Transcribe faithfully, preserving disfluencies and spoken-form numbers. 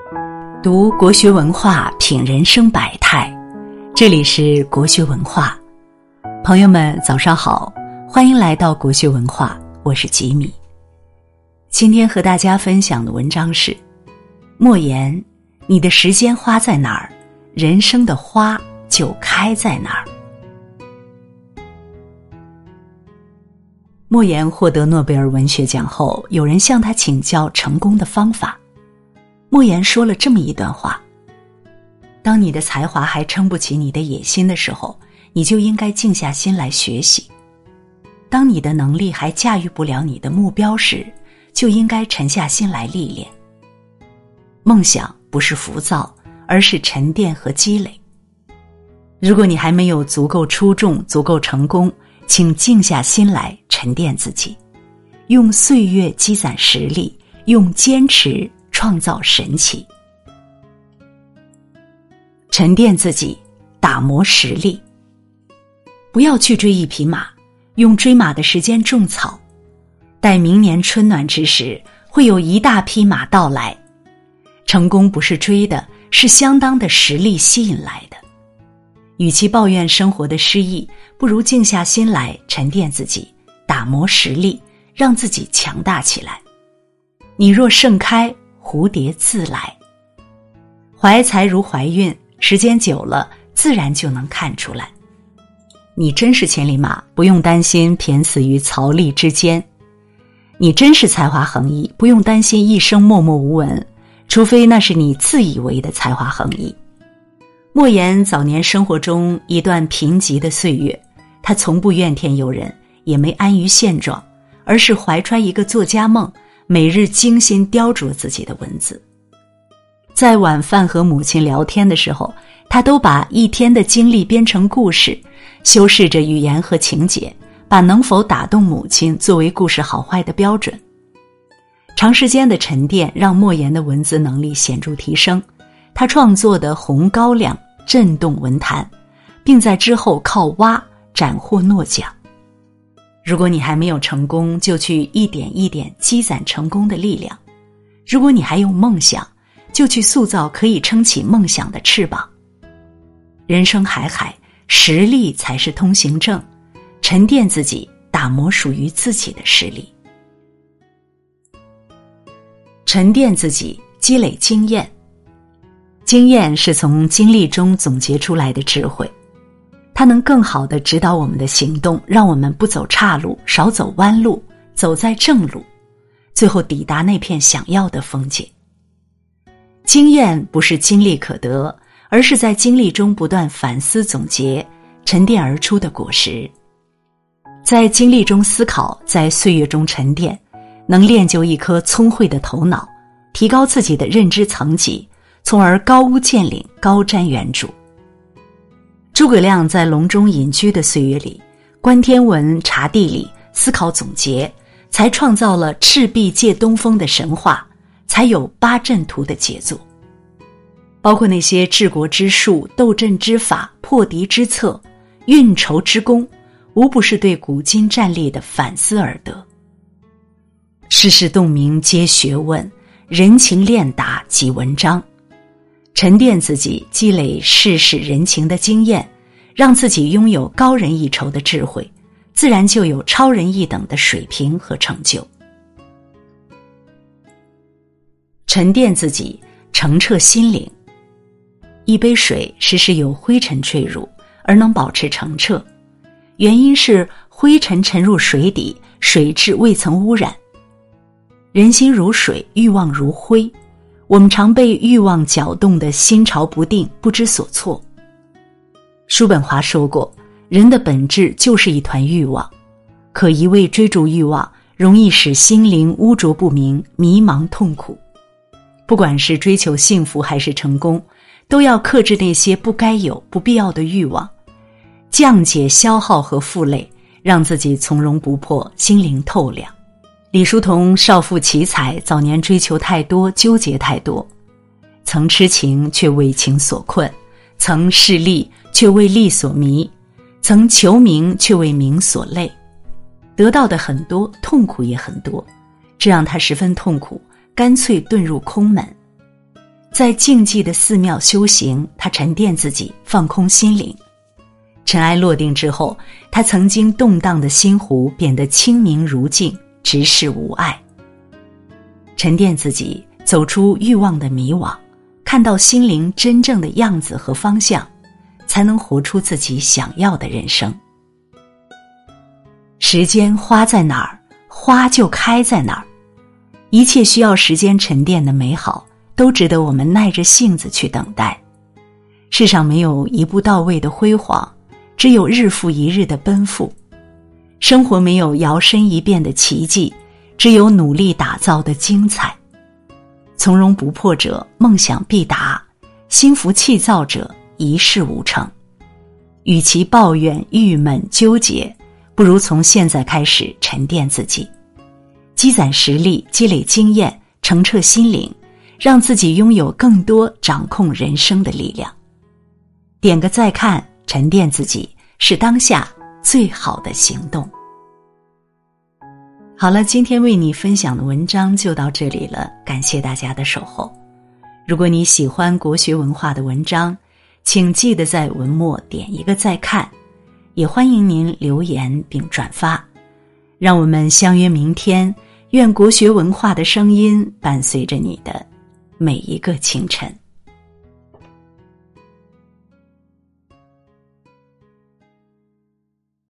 读国学文化，品人生百态。这里是国学文化，朋友们早上好，欢迎来到国学文化，我是吉米。今天和大家分享的文章是：莫言，你的时间花在哪儿，人生的花就开在哪儿。莫言获得诺贝尔文学奖后，有人向他请教成功的方法。莫言说了这么一段话：当你的才华还撑不起你的野心的时候，你就应该静下心来学习；当你的能力还驾驭不了你的目标时，就应该沉下心来历练。梦想不是浮躁，而是沉淀和积累。如果你还没有足够出众、足够成功，请静下心来沉淀自己，用岁月积攒实力，用坚持创造神奇。沉淀自己，打磨实力。不要去追一匹马，用追马的时间种草，待明年春暖之时，会有一大匹马到来。成功不是追的，是相当的实力吸引来的。与其抱怨生活的失意，不如静下心来沉淀自己，打磨实力，让自己强大起来。你若盛开，蝴蝶自来。怀才如怀孕，时间久了，自然就能看出来。你真是千里马，不用担心骈死于槽枥之间。你真是才华横溢，不用担心一生默默无闻，除非那是你自以为的才华横溢。莫言早年生活中一段贫瘠的岁月，他从不怨天尤人，也没安于现状，而是怀揣一个作家梦，每日精心雕琢自己的文字。在晚饭和母亲聊天的时候，他都把一天的经历编成故事，修饰着语言和情节，把能否打动母亲作为故事好坏的标准。长时间的沉淀让莫言的文字能力显著提升，他创作的《红高粱》震动文坛，并在之后靠挖斩获诺奖。如果你还没有成功，就去一点一点积攒成功的力量；如果你还有梦想，就去塑造可以撑起梦想的翅膀。人生海海，实力才是通行证，沉淀自己，打磨属于自己的实力。沉淀自己，积累经验。经验是从经历中总结出来的智慧，它能更好地指导我们的行动，让我们不走岔路，少走弯路，走在正路，最后抵达那片想要的风景。经验不是经历可得，而是在经历中不断反思总结，沉淀而出的果实。在经历中思考，在岁月中沉淀，能练就一颗聪慧的头脑，提高自己的认知层级，从而高屋建瓴，高瞻远瞩。诸葛亮在隆中隐居的岁月里，观天文，察地理，思考总结，才创造了赤壁借东风的神话，才有八阵图的杰作。包括那些治国之术、斗阵之法、破敌之策、运筹之功，无不是对古今战例的反思而得。世事洞明皆学问，人情练达即文章。沉淀自己，积累世事人情的经验，让自己拥有高人一筹的智慧，自然就有超人一等的水平和成就。沉淀自己，澄澈心灵。一杯水时时有灰尘坠入，而能保持澄澈，原因是灰尘沉入水底，水质未曾污染。人心如水，欲望如灰，我们常被欲望搅动得心潮不定，不知所措。叔本华说过，人的本质就是一团欲望，可一味追逐欲望，容易使心灵污浊不明，迷茫痛苦。不管是追求幸福还是成功，都要克制那些不该有、不必要的欲望，降解消耗和负累，让自己从容不迫，心灵透亮。李叔同少负奇才，早年追求太多，纠结太多，曾痴情却为情所困，曾势利却为利所迷，曾求名却为名所累。得到的很多，痛苦也很多，这让他十分痛苦，干脆遁入空门。 在静寂的寺庙修行，他沉淀自己，放空心灵。尘埃落定之后，他曾经动荡的心湖变得清明如镜，直视无碍。沉淀自己，走出欲望的迷惘，看到心灵真正的样子和方向，才能活出自己想要的人生。时间花在哪儿，花就开在哪儿。一切需要时间沉淀的美好，都值得我们耐着性子去等待。世上没有一步到位的辉煌，只有日复一日的奔赴。生活没有摇身一变的奇迹，只有努力打造的精彩。从容不迫者，梦想必达；心浮气躁者，一事无成。与其抱怨、郁闷、纠结，不如从现在开始沉淀自己，积攒实力，积累经验，澄澈心灵，让自己拥有更多掌控人生的力量。点个再看，沉淀自己，是当下最好的行动。好了，今天为你分享的文章就到这里了，感谢大家的守候。如果你喜欢国学文化的文章，请记得在文末点一个再看，也欢迎您留言并转发。让我们相约明天，愿国学文化的声音伴随着你的每一个清晨。